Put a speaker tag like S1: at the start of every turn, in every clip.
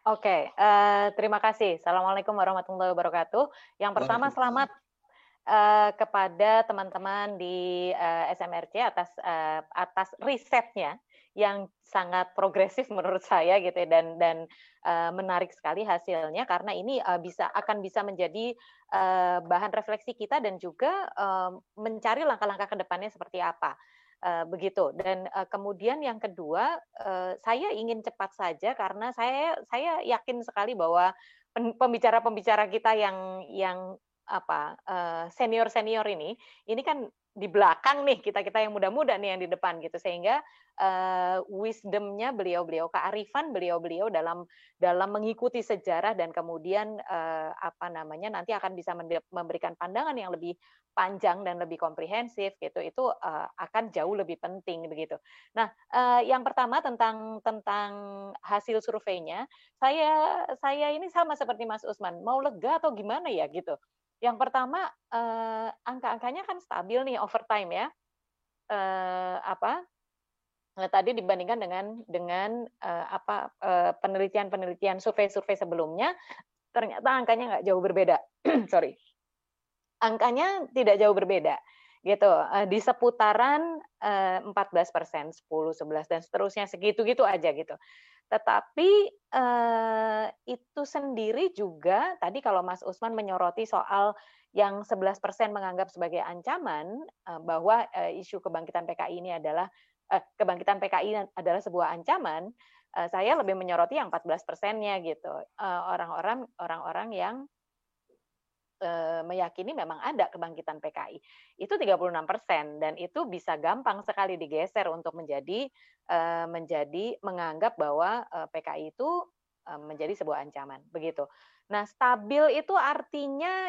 S1: Oke, terima kasih. Assalamualaikum warahmatullahi wabarakatuh. Yang pertama
S2: Waalaikumsalam.
S1: selamat kepada teman-teman di SMRC atas risetnya yang sangat progresif menurut saya gitu ya, dan menarik sekali hasilnya karena ini akan bisa menjadi bahan refleksi kita dan juga mencari langkah-langkah ke depannya seperti apa. Begitu. Dan kemudian yang kedua, saya ingin cepat saja karena saya yakin sekali bahwa pembicara-pembicara kita yang apa, senior-senior ini kan di belakang nih, kita-kita yang muda-muda nih yang di depan gitu. Sehingga, wisdom-nya beliau-beliau, kearifan beliau-beliau dalam mengikuti sejarah dan kemudian, apa namanya, nanti akan bisa memberikan pandangan yang lebih panjang dan lebih komprehensif gitu, itu, akan jauh lebih penting begitu. Nah, yang pertama tentang hasil surveinya, saya ini sama seperti Mas Usman, mau lega atau gimana ya gitu. Yang pertama, angka-angkanya kan stabil nih over time ya, apa, tadi dibandingkan dengan, penelitian-penelitian, survei-survei sebelumnya, ternyata angkanya nggak jauh berbeda. Sorry. Angkanya tidak jauh berbeda, gitu, di seputaran, 14%, 10, 11, dan seterusnya, segitu-gitu aja gitu. Tetapi, itu sendiri juga tadi kalau Mas Usman menyoroti soal yang 11% menganggap sebagai ancaman, bahwa, isu kebangkitan PKI ini adalah kebangkitan PKI adalah sebuah ancaman, saya lebih menyoroti yang 14%-nya gitu, orang-orang yang meyakini memang ada kebangkitan PKI. Itu 36% dan itu bisa gampang sekali digeser untuk menjadi menganggap bahwa, PKI itu, menjadi sebuah ancaman, begitu. Nah, stabil itu artinya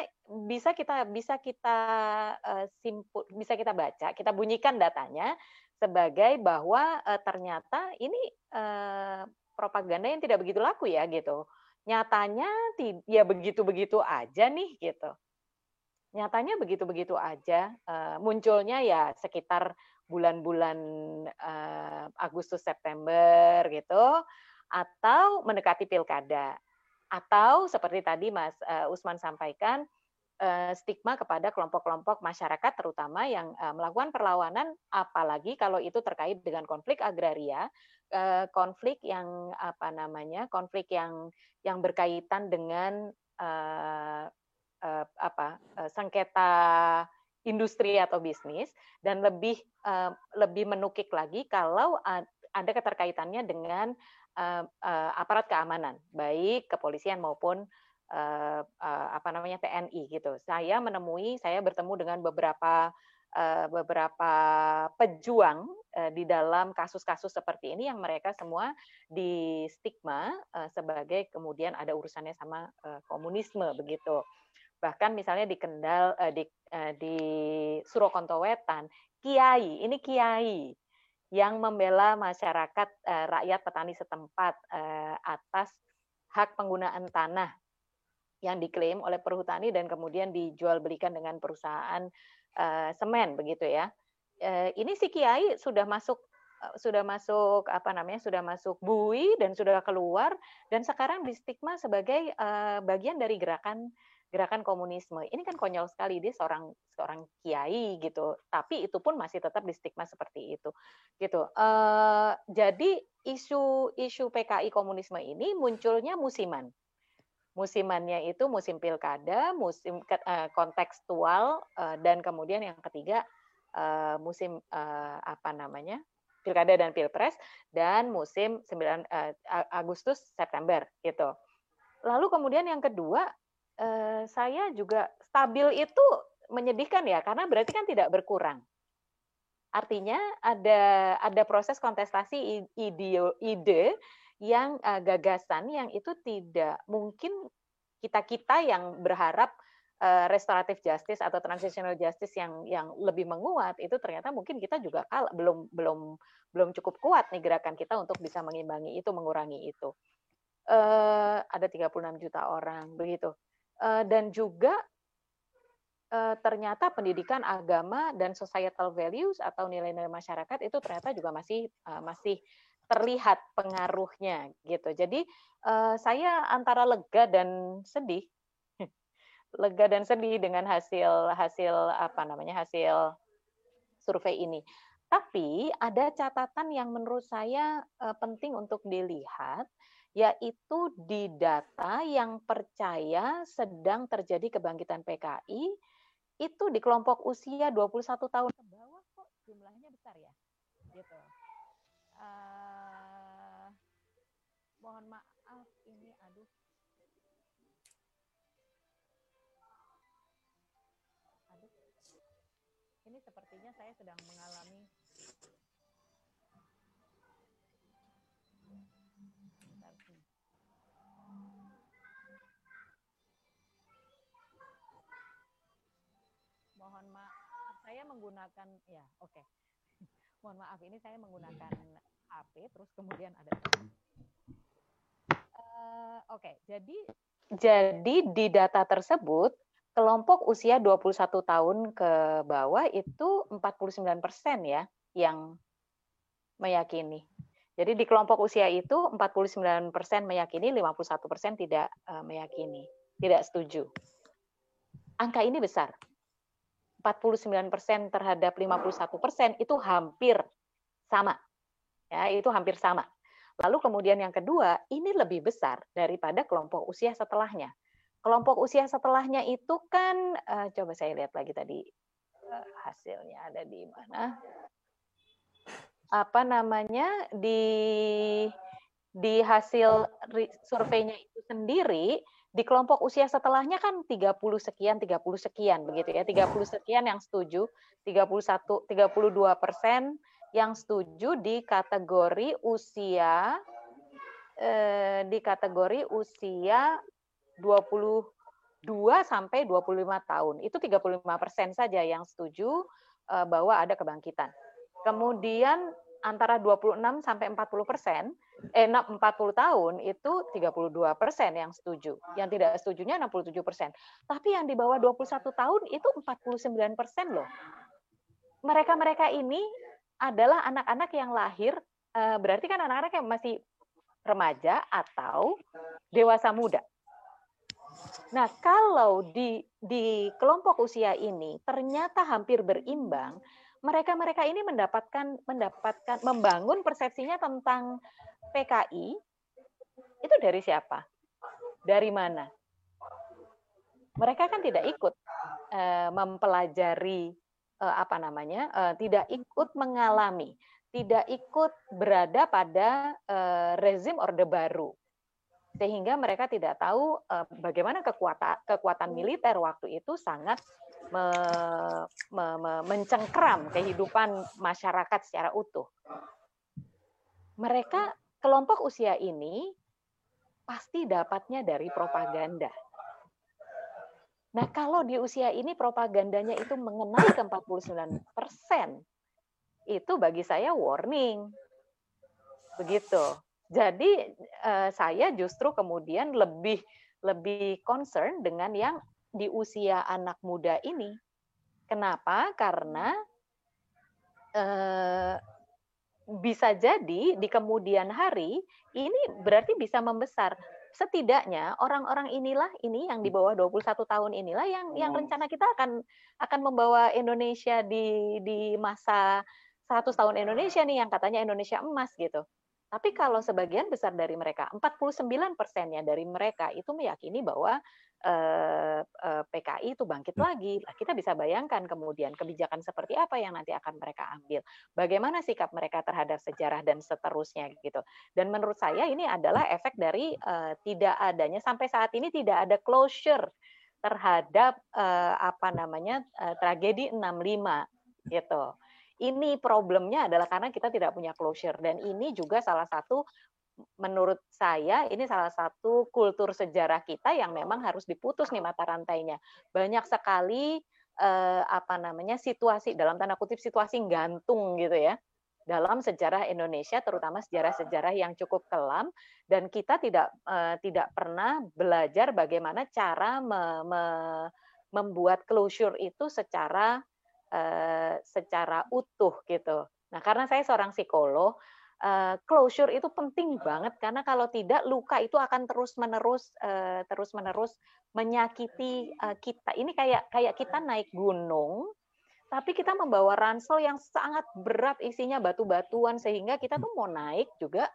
S1: bisa kita baca, kita bunyikan datanya sebagai bahwa, ternyata ini, propaganda yang tidak begitu laku ya, gitu. Nyatanya ya begitu-begitu aja nih gitu. Nyatanya begitu-begitu aja, munculnya ya sekitar bulan-bulan, Agustus, September gitu, atau mendekati pilkada. Atau seperti tadi Mas, Usman sampaikan, stigma kepada kelompok-kelompok masyarakat terutama yang, melakukan perlawanan, apalagi kalau itu terkait dengan konflik agraria, konflik yang apa namanya, konflik yang berkaitan dengan, eee sengketa industri atau bisnis dan lebih menukik lagi kalau ada keterkaitannya dengan, aparat keamanan, baik kepolisian maupun, apa namanya, TNI gitu. Saya bertemu dengan beberapa pejuang, di dalam kasus-kasus seperti ini yang mereka semua distigma, sebagai kemudian ada urusannya sama, komunisme begitu. Bahkan misalnya di Kendal, di Surokonto Wetan, ini kiai yang membela masyarakat, rakyat petani setempat, atas hak penggunaan tanah yang diklaim oleh perhutani dan kemudian dijual belikan dengan perusahaan, semen begitu ya. Ini si kiai sudah masuk apa namanya, sudah masuk bui dan sudah keluar dan sekarang distigma sebagai, bagian dari gerakan gerakan komunisme. Ini kan konyol sekali, dia seorang seorang kiai gitu, tapi itu pun masih tetap distigma seperti itu, gitu. Jadi isu PKI komunisme ini munculnya musiman. Musimannya itu musim pilkada, kontekstual, dan kemudian yang ketiga, musim, apa namanya, pilkada dan pilpres, dan musim Agustus, September, gitu. Lalu kemudian yang kedua, saya juga stabil itu menyedihkan ya, karena berarti kan tidak berkurang. Artinya ada proses kontestasi ide yang, gagasan yang itu tidak mungkin kita-kita yang berharap, restoratif justice atau transitional justice yang lebih menguat, itu ternyata mungkin kita juga belum belum belum cukup kuat nih gerakan kita untuk bisa mengimbangi itu, mengurangi itu. Ada 36 juta orang, begitu. Dan juga ternyata pendidikan agama dan societal values atau nilai-nilai masyarakat itu ternyata juga masih terlihat pengaruhnya gitu. Jadi saya antara lega dan sedih, lega dan sedih dengan hasil apa namanya hasil survei ini. Tapi ada catatan yang menurut saya penting untuk dilihat, yaitu di data yang percaya sedang terjadi kebangkitan PKI, itu di kelompok usia 21 tahun ke bawah kok jumlahnya besar ya. Gitu. Mohon maaf ini, aduh. Ini sepertinya saya sedang mengalami mohon maaf, saya menggunakan ya, oke. Mohon maaf, ini saya menggunakan HP, terus kemudian ada. Oke, jadi di data tersebut kelompok usia 21 tahun ke bawah itu 49% ya yang meyakini. Jadi di kelompok usia itu 49% meyakini, 51% tidak meyakini, tidak setuju. Angka ini besar. 49% terhadap 51% itu hampir sama. Ya, itu hampir sama. Lalu kemudian yang kedua, ini lebih besar daripada kelompok usia setelahnya. Kelompok usia setelahnya itu kan, coba saya lihat lagi tadi hasilnya ada di mana. Apa namanya, di hasil surveinya itu sendiri, di kelompok usia setelahnya kan 30 sekian begitu ya, 30 sekian yang setuju, 32% yang setuju di kategori usia 22 sampai 25 tahun. Itu 35% saja yang setuju bahwa ada kebangkitan. Kemudian antara 26 sampai 40%, 40 tahun itu 32% yang setuju. Yang tidak setujunya 67%. Tapi yang di bawah 21 tahun itu 49% loh. Mereka-mereka ini adalah anak-anak yang lahir, berarti kan anak-anak yang masih remaja atau dewasa muda. Nah, kalau di kelompok usia ini ternyata hampir berimbang, mereka ini mendapatkan membangun persepsinya tentang PKI itu dari siapa? Dari mana? Mereka kan tidak ikut mempelajari tidak ikut mengalami, tidak ikut berada pada rezim Orde Baru. Sehingga mereka tidak tahu bagaimana kekuatan militer waktu itu sangat mencengkeram kehidupan masyarakat secara utuh. Mereka, kelompok usia ini pasti dapatnya dari propaganda. Nah, kalau di usia ini propagandanya itu mengenai ke 49%, itu bagi saya warning. Begitu. Jadi saya justru kemudian lebih concern dengan yang di usia anak muda ini. Kenapa? Karena bisa jadi di kemudian hari ini berarti bisa membesar. Setidaknya orang-orang ini yang di bawah 21 tahun inilah yang rencana kita akan membawa Indonesia di masa 100 tahun Indonesia nih, yang katanya Indonesia emas gitu. Tapi kalau sebagian besar dari mereka, 49%-nya dari mereka itu meyakini bahwa PKI itu bangkit lagi. Kita bisa bayangkan kemudian kebijakan seperti apa yang nanti akan mereka ambil. Bagaimana sikap mereka terhadap sejarah dan seterusnya gitu. Dan menurut saya ini adalah efek dari tidak adanya, sampai saat ini tidak ada closure terhadap tragedi 65 gitu. Ini problemnya adalah karena kita tidak punya closure, dan ini juga salah satu, menurut saya ini salah satu kultur sejarah kita yang memang harus diputus nih mata rantainya. Banyak sekali situasi, dalam tanda kutip situasi gantung gitu ya, dalam sejarah Indonesia, terutama sejarah-sejarah yang cukup kelam, dan kita tidak pernah belajar bagaimana cara membuat closure itu secara utuh gitu. Nah, karena saya seorang psikolog, closure itu penting banget karena kalau tidak luka itu akan terus menerus menyakiti kita. Ini kayak kita naik gunung, tapi kita membawa ransel yang sangat berat isinya batu-batuan sehingga kita tuh mau naik juga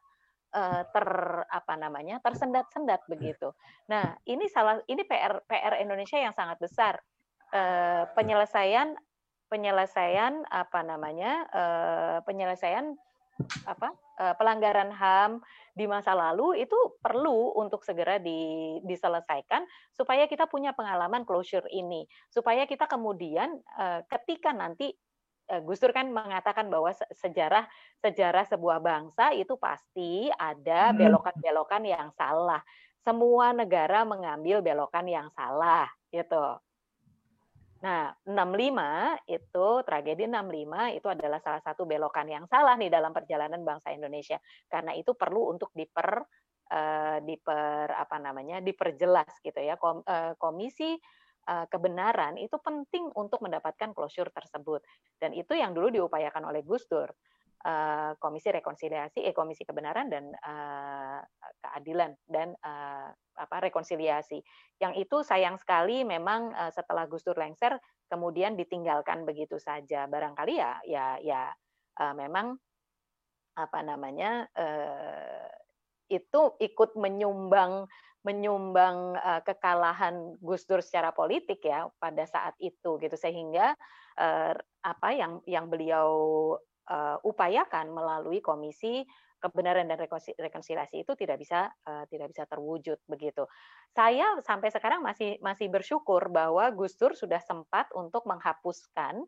S1: tersendat-sendat begitu. Nah, ini PR Indonesia yang sangat besar. Penyelesaian pelanggaran HAM di masa lalu itu perlu untuk segera diselesaikan supaya kita punya pengalaman closure ini, supaya kita kemudian ketika nanti Gus Dur kan mengatakan bahwa sejarah sebuah bangsa itu pasti ada belokan-belokan yang salah. Semua negara mengambil belokan yang salah, gitu. Nah, 65 itu tragedi 65 itu adalah salah satu belokan yang salah nih dalam perjalanan bangsa Indonesia. Karena itu perlu untuk diperjelas gitu ya. Komisi kebenaran itu penting untuk mendapatkan closure tersebut. Dan itu yang dulu diupayakan oleh Gus Dur. Komisi Komisi Kebenaran dan Keadilan dan rekonsiliasi. Yang itu sayang sekali memang setelah Gus Dur lengser kemudian ditinggalkan begitu saja. Barangkali memang itu ikut menyumbang kekalahan Gus Dur secara politik ya pada saat itu gitu, sehingga yang beliau upayakan melalui Komisi Kebenaran dan Rekonsiliasi itu tidak bisa terwujud begitu. Saya sampai sekarang masih bersyukur bahwa Gus Dur sudah sempat untuk menghapuskan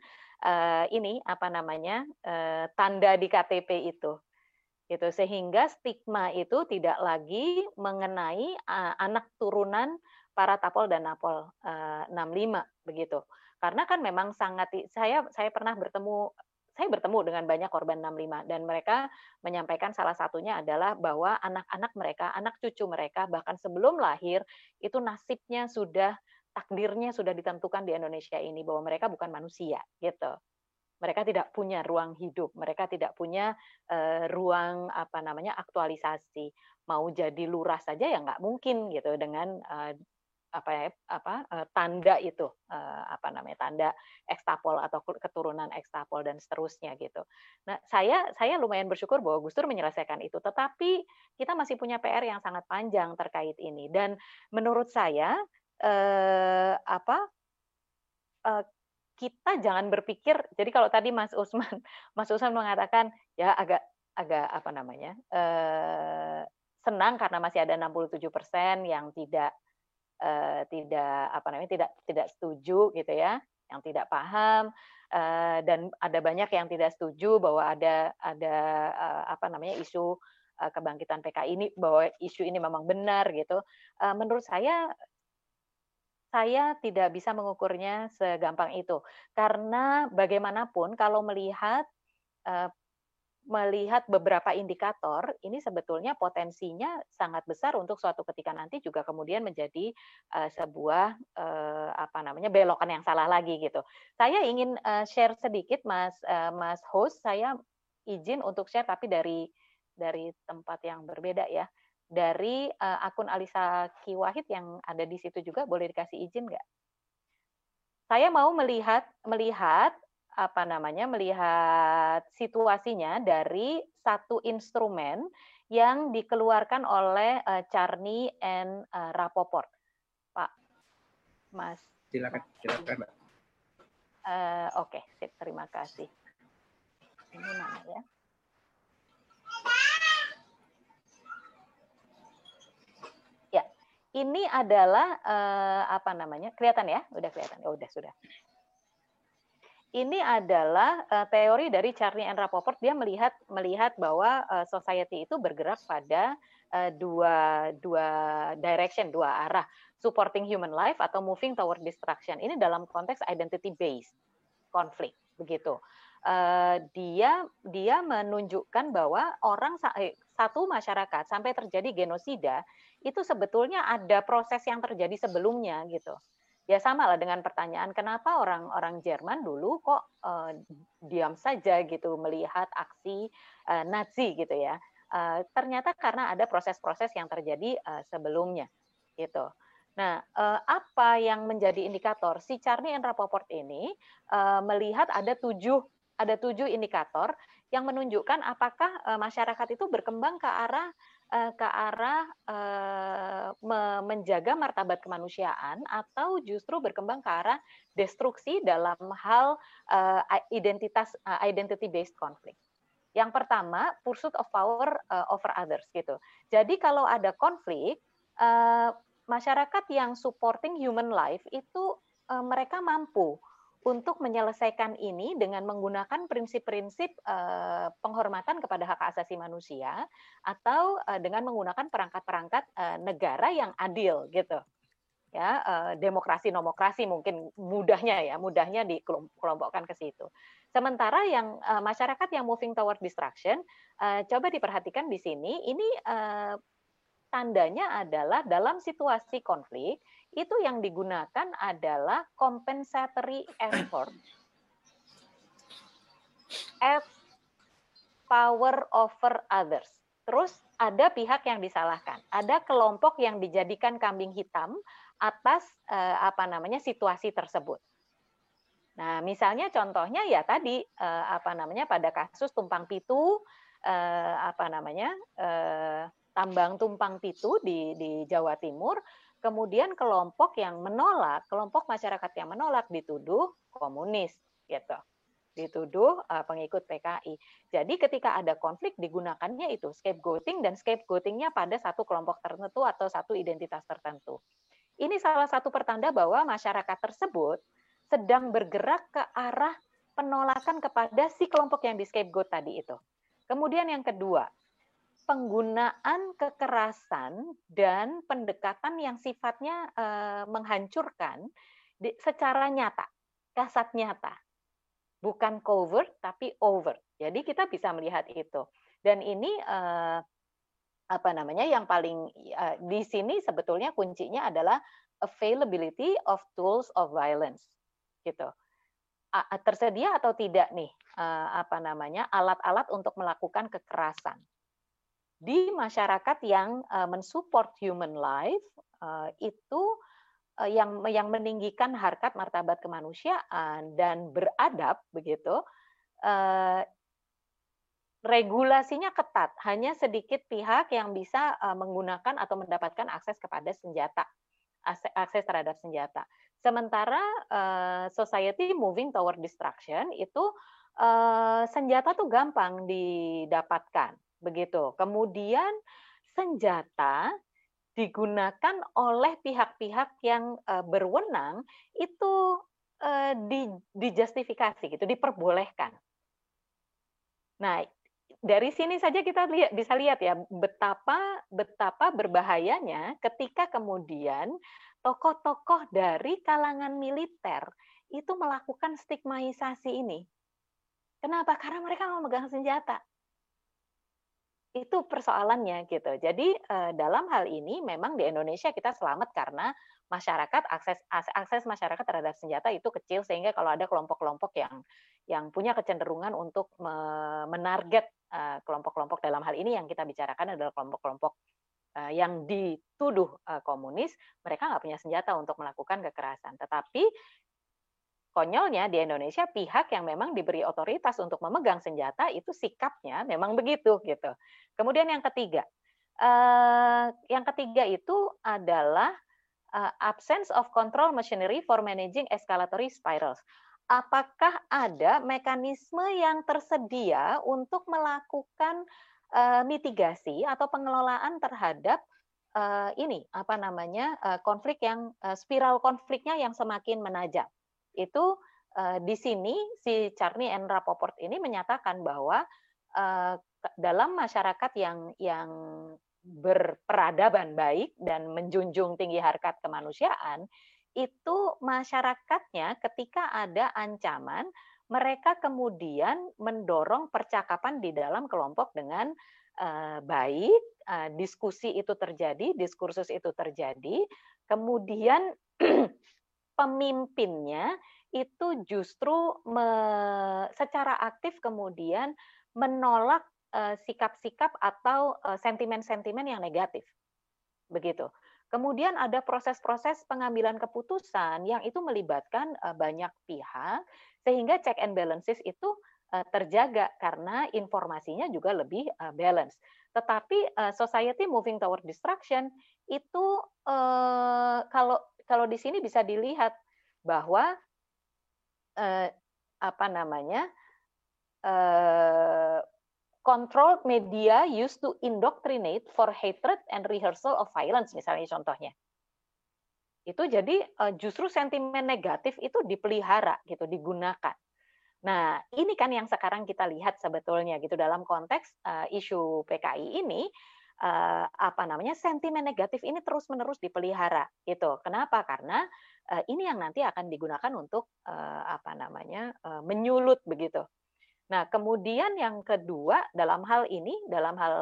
S1: tanda di KTP itu. Gitu, sehingga stigma itu tidak lagi mengenai anak turunan para tapol dan napol 65 begitu. Karena kan memang saya pernah bertemu dengan banyak korban 65 dan mereka menyampaikan salah satunya adalah bahwa anak-anak mereka, anak cucu mereka bahkan sebelum lahir itu nasibnya takdirnya sudah ditentukan di Indonesia ini bahwa mereka bukan manusia gitu. Mereka tidak punya ruang hidup, mereka tidak punya ruang aktualisasi. Mau jadi lurah saja ya nggak mungkin gitu dengan tanda itu tanda ekstapol atau keturunan ekstapol dan seterusnya gitu. Nah, saya lumayan bersyukur bahwa Gus Dur menyelesaikan itu, tetapi kita masih punya PR yang sangat panjang terkait ini dan menurut saya kita jangan berpikir, jadi kalau tadi Mas Usman mengatakan ya agak senang karena masih ada 67% yang tidak setuju gitu ya, yang tidak paham, dan ada banyak yang tidak setuju bahwa ada isu kebangkitan PKI ini, bahwa isu ini memang benar gitu. Menurut saya tidak bisa mengukurnya segampang itu, karena bagaimanapun kalau melihat beberapa indikator, ini sebetulnya potensinya sangat besar untuk suatu ketika nanti juga kemudian menjadi sebuah belokan yang salah lagi gitu. Saya ingin share sedikit, Mas host, saya izin untuk share tapi dari tempat yang berbeda ya. Dari akun Alisa Kiwahid yang ada di situ juga, boleh dikasih izin nggak? Saya mau melihat situasinya dari satu instrumen yang dikeluarkan oleh Charney and Rapoport, Pak Mas.
S2: Silakan, Mbak.
S1: Oke, terima kasih. Ini mana ya? Ya, ini adalah kelihatan ya? Udah kelihatan? Oh, sudah. Ini adalah teori dari Charney and Rapoport. Dia melihat bahwa society itu bergerak pada dua direction, dua arah, supporting human life atau moving toward destruction. Ini dalam konteks identity based konflik begitu. Dia menunjukkan bahwa satu masyarakat sampai terjadi genosida itu sebetulnya ada proses yang terjadi sebelumnya gitu. Ya sama lah dengan pertanyaan kenapa orang-orang Jerman dulu kok diam saja gitu melihat aksi Nazi gitu ya. Ternyata karena ada proses-proses yang terjadi sebelumnya gitu. Nah, apa yang menjadi indikator? Si Charney and Rapoport ini melihat ada tujuh indikator yang menunjukkan apakah masyarakat itu berkembang ke arah menjaga martabat kemanusiaan atau justru berkembang ke arah destruksi dalam hal identity based conflict. Yang pertama, pursuit of power over others gitu. Jadi kalau ada konflik, masyarakat yang supporting human life itu mereka mampu untuk menyelesaikan ini dengan menggunakan prinsip-prinsip penghormatan kepada hak asasi manusia atau dengan menggunakan perangkat-perangkat negara yang adil gitu. Ya, demokrasi mungkin mudahnya dikelompokkan ke situ. Sementara yang masyarakat yang moving toward destruction, coba diperhatikan di sini, ini tandanya adalah dalam situasi konflik itu yang digunakan adalah compensatory effort as power over others. Terus ada pihak yang disalahkan, ada kelompok yang dijadikan kambing hitam atas situasi tersebut. Nah, misalnya contohnya ya tadi pada kasus tumpang pitu tambang tumpang pitu di Jawa Timur, kemudian kelompok masyarakat yang menolak dituduh komunis gitu. Dituduh pengikut PKI. Jadi ketika ada konflik digunakannya itu scapegoating dan scapegoatingnya pada satu kelompok tertentu atau satu identitas tertentu. Ini salah satu pertanda bahwa masyarakat tersebut sedang bergerak ke arah penolakan kepada si kelompok yang di scapegoat tadi itu. Kemudian yang kedua, penggunaan kekerasan dan pendekatan yang sifatnya menghancurkan secara nyata, kasat nyata. Bukan covert tapi overt. Jadi kita bisa melihat itu. Dan ini yang paling di sini sebetulnya kuncinya adalah availability of tools of violence. Gitu. Tersedia atau tidak nih alat-alat untuk melakukan kekerasan. Di masyarakat yang mensupport human life itu yang meninggikan harkat martabat kemanusiaan dan beradab begitu, regulasinya ketat, hanya sedikit pihak yang bisa menggunakan atau mendapatkan akses kepada senjata, akses terhadap senjata. Sementara society moving toward destruction itu senjata tuh gampang didapatkan. Begitu. Kemudian senjata digunakan oleh pihak-pihak yang berwenang itu dijustifikasi gitu, diperbolehkan. Nah, dari sini saja kita bisa lihat ya betapa berbahayanya ketika kemudian tokoh-tokoh dari kalangan militer itu melakukan stigmaisasi ini. Kenapa? Karena mereka memegang senjata. Itu persoalannya gitu. Jadi dalam hal ini memang di Indonesia kita selamat karena masyarakat akses masyarakat terhadap senjata itu kecil sehingga kalau ada kelompok-kelompok yang punya kecenderungan untuk menarget kelompok-kelompok dalam hal ini yang kita bicarakan adalah kelompok-kelompok yang dituduh komunis, mereka nggak punya senjata untuk melakukan kekerasan. Tetapi konyolnya di Indonesia pihak yang memang diberi otoritas untuk memegang senjata itu sikapnya memang begitu gitu. Kemudian yang ketiga itu adalah absence of control machinery for managing escalatory spirals. Apakah ada mekanisme yang tersedia untuk melakukan mitigasi atau pengelolaan terhadap konflik yang spiral konfliknya yang semakin menajam? Itu di sini si Charney and Rapoport ini menyatakan bahwa dalam masyarakat yang berperadaban baik dan menjunjung tinggi harkat kemanusiaan, itu masyarakatnya ketika ada ancaman, mereka kemudian mendorong percakapan di dalam kelompok dengan baik, diskusi itu terjadi, diskursus itu terjadi, kemudian pemimpinnya itu justru secara aktif kemudian menolak sikap-sikap atau sentimen-sentimen yang negatif, begitu. Kemudian ada proses-proses pengambilan keputusan yang itu melibatkan banyak pihak, sehingga check and balances itu terjaga karena informasinya juga lebih balance. Tetapi society moving toward destruction itu kalau di sini bisa dilihat bahwa apa namanya controlled media used to indoctrinate for hatred and rehearsal of violence, misalnya contohnya. Itu jadi justru sentimen negatif itu dipelihara gitu, digunakan. Nah, ini kan yang sekarang kita lihat sebetulnya gitu dalam konteks isu PKI ini, apa namanya, sentimen negatif ini terus-menerus dipelihara gitu. Kenapa? Karena ini yang nanti akan digunakan untuk apa namanya, menyulut begitu. Nah, kemudian yang kedua dalam hal ini, dalam hal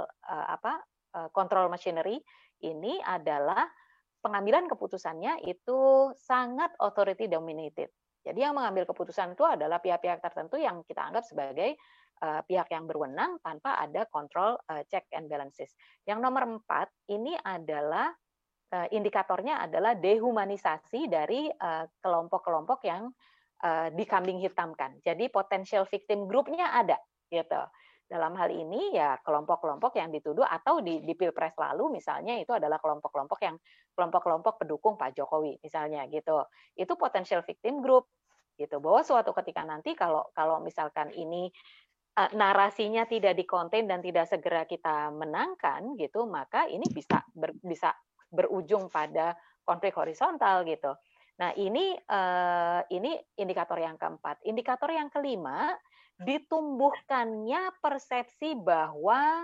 S1: control machinery ini adalah pengambilan keputusannya itu sangat authority dominated. Jadi yang mengambil keputusan itu adalah pihak-pihak tertentu yang kita anggap sebagai pihak yang berwenang tanpa ada kontrol check and balances. Yang nomor 4 ini adalah indikatornya adalah dehumanisasi dari kelompok-kelompok yang dikambing hitamkan. Jadi potential victim group-nya ada gitu. Dalam hal ini ya kelompok-kelompok yang dituduh atau di Pilpres lalu misalnya itu adalah kelompok-kelompok pendukung Pak Jokowi misalnya gitu. Itu potential victim group gitu. Bahwa suatu ketika nanti kalau misalkan ini narasinya tidak dikonten dan tidak segera kita menangkan gitu, maka ini bisa berujung pada konflik horizontal gitu. Nah, ini indikator yang keempat. Indikator yang kelima, ditumbuhkannya persepsi bahwa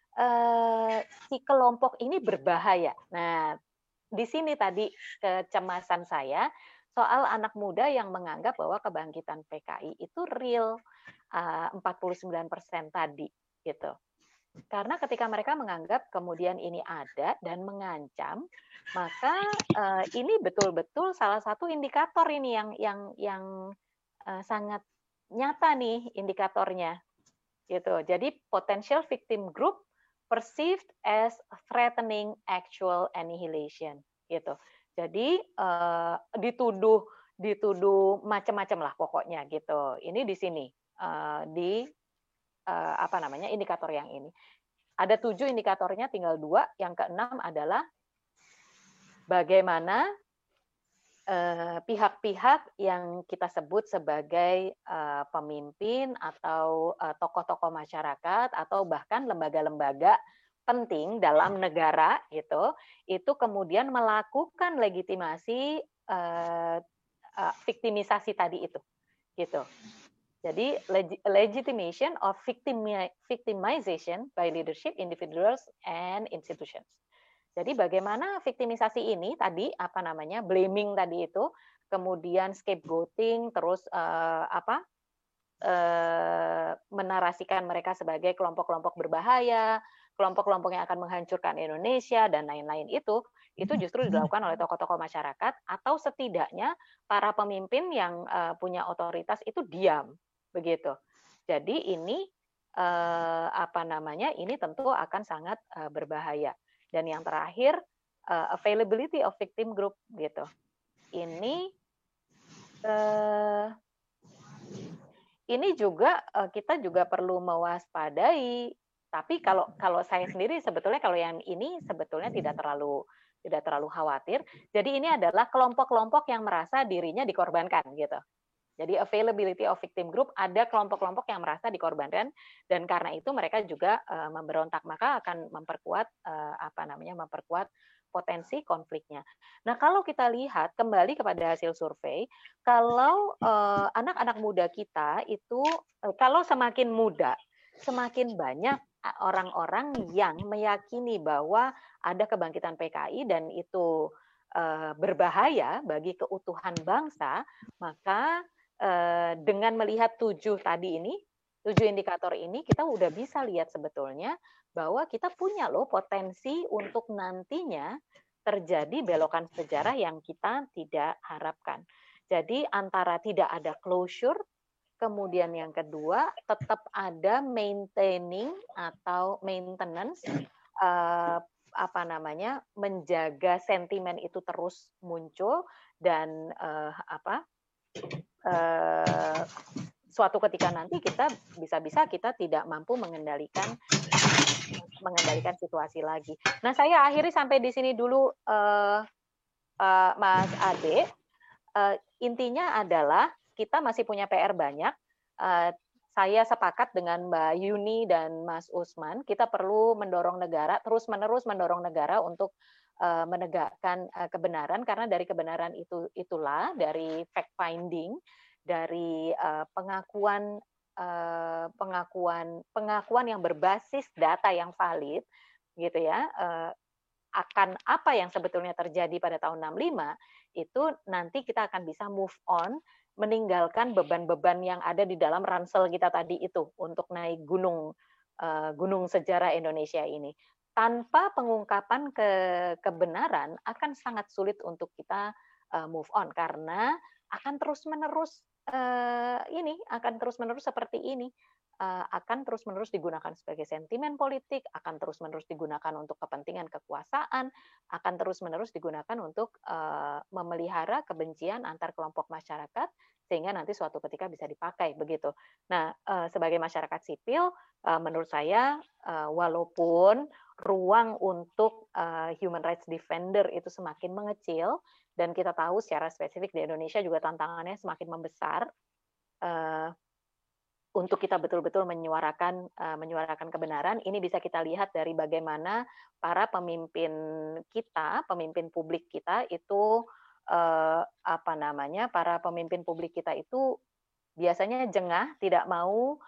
S1: si kelompok ini berbahaya. Nah, di sini tadi kecemasan saya soal anak muda yang menganggap bahwa kebangkitan PKI itu real 49% tadi gitu. Karena ketika mereka menganggap kemudian ini ada dan mengancam, maka ini betul-betul salah satu indikator ini yang sangat nyata nih indikatornya, gitu. Jadi potential victim group perceived as threatening actual annihilation, gitu. Jadi dituduh macam-macam lah pokoknya, gitu. Ini di sini di apa namanya indikator yang ini. Ada 7 indikatornya, tinggal 2. Yang keenam adalah bagaimana pihak-pihak yang kita sebut sebagai pemimpin atau tokoh-tokoh masyarakat atau bahkan lembaga-lembaga penting dalam negara gitu, itu kemudian melakukan legitimasi viktimisasi tadi itu, gitu. Jadi legitimation of victimization by leadership, individuals, and institutions. Jadi bagaimana viktimisasi ini tadi apa namanya blaming tadi itu, kemudian scapegoating, terus menarasikan mereka sebagai kelompok-kelompok berbahaya, kelompok-kelompok yang akan menghancurkan Indonesia dan lain-lain itu justru dilakukan oleh tokoh-tokoh masyarakat atau setidaknya para pemimpin yang punya otoritas itu diam. Begitu. Jadi ini apa namanya? Ini tentu akan sangat berbahaya. Dan yang terakhir availability of victim group gitu. Ini juga kita juga perlu mewaspadai. Tapi kalau saya sendiri sebetulnya kalau yang ini sebetulnya tidak terlalu khawatir. Jadi ini adalah kelompok-kelompok yang merasa dirinya dikorbankan gitu. Jadi availability of victim group, ada kelompok-kelompok yang merasa dikorbankan dan karena itu mereka juga memberontak, maka akan memperkuat memperkuat potensi konfliknya. Nah, kalau kita lihat kembali kepada hasil survei, kalau anak-anak muda kita itu kalau semakin muda, semakin banyak orang-orang yang meyakini bahwa ada kebangkitan PKI dan itu berbahaya bagi keutuhan bangsa, maka dengan melihat 7 indikator ini, kita udah bisa lihat sebetulnya bahwa kita punya loh potensi untuk nantinya terjadi belokan sejarah yang kita tidak harapkan. Jadi antara tidak ada closure, kemudian yang kedua tetap ada maintaining atau maintenance, menjaga sentimen itu terus muncul dan suatu ketika nanti kita bisa-bisa kita tidak mampu mengendalikan situasi lagi. Nah, saya akhiri sampai di sini dulu, Mas Ade. Intinya adalah kita masih punya PR banyak. Saya sepakat dengan Mbak Yuni dan Mas Usman, kita perlu mendorong negara, terus-menerus mendorong negara untuk menegakkan kebenaran, karena dari kebenaran itulah, dari fact finding, dari pengakuan yang berbasis data yang valid, gitu ya, akan apa yang sebetulnya terjadi pada tahun 65, itu nanti kita akan bisa move on, meninggalkan beban-beban yang ada di dalam ransel kita tadi itu untuk naik gunung sejarah Indonesia ini. Tanpa pengungkapan kebenaran akan sangat sulit untuk kita move on, karena akan terus-menerus seperti ini. Akan terus-menerus digunakan sebagai sentimen politik, akan terus-menerus digunakan untuk kepentingan kekuasaan, akan terus-menerus digunakan untuk memelihara kebencian antar kelompok masyarakat, sehingga nanti suatu ketika bisa dipakai begitu. Nah, sebagai masyarakat sipil, menurut saya walaupun ruang untuk human rights defender itu semakin mengecil, dan kita tahu secara spesifik di Indonesia juga tantangannya semakin membesar, untuk kita betul-betul menyuarakan kebenaran. Ini bisa kita lihat dari bagaimana para pemimpin kita, pemimpin publik kita itu para pemimpin publik kita itu biasanya jengah, tidak mau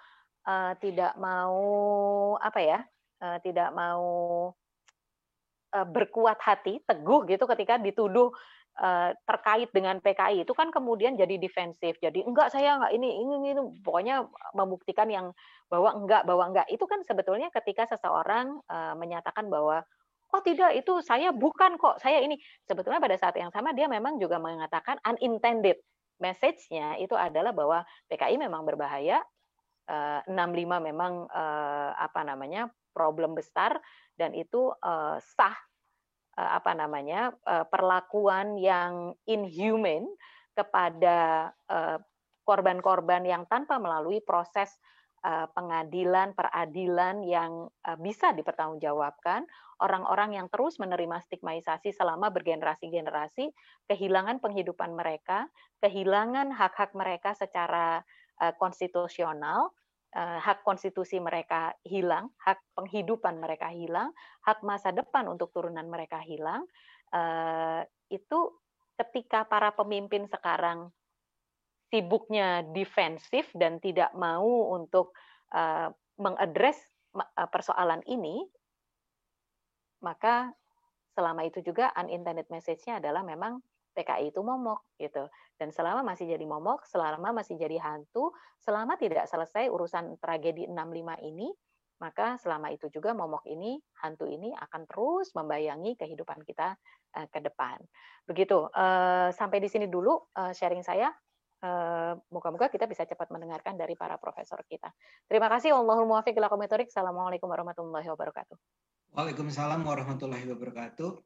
S1: berkuat hati, teguh gitu ketika dituduh terkait dengan PKI. Itu kan kemudian jadi defensif, jadi enggak, saya enggak ini, pokoknya membuktikan yang bahwa enggak. Itu kan sebetulnya ketika seseorang menyatakan bahwa oh tidak, itu saya bukan kok, saya ini. Sebetulnya pada saat yang sama dia memang juga mengatakan unintended message-nya itu adalah bahwa PKI memang berbahaya, 65 memang problem besar, dan itu sah perlakuan yang inhuman kepada korban-korban yang tanpa melalui proses pengadilan, peradilan yang bisa dipertanggungjawabkan, orang-orang yang terus menerima stigmatisasi selama bergenerasi-generasi, kehilangan penghidupan mereka, kehilangan hak-hak mereka secara konstitusional, hak konstitusi mereka hilang, hak penghidupan mereka hilang, hak masa depan untuk turunan mereka hilang. Itu ketika para pemimpin sekarang sibuknya defensif dan tidak mau untuk mengadres persoalan ini, maka selama itu juga unintended message-nya adalah memang PKI itu momok gitu. Dan selama masih jadi momok, selama masih jadi hantu, selama tidak selesai urusan tragedi 65 ini, maka selama itu juga momok ini, hantu ini akan terus membayangi kehidupan kita ke depan. Begitu. Sampai di sini dulu sharing saya. Moga-moga kita bisa cepat mendengarkan dari para profesor kita. Terima kasih. Wallahul muwaffiq ila aqwamit thoriq. Assalamualaikum warahmatullahi wabarakatuh.
S2: Waalaikumsalam warahmatullahi wabarakatuh.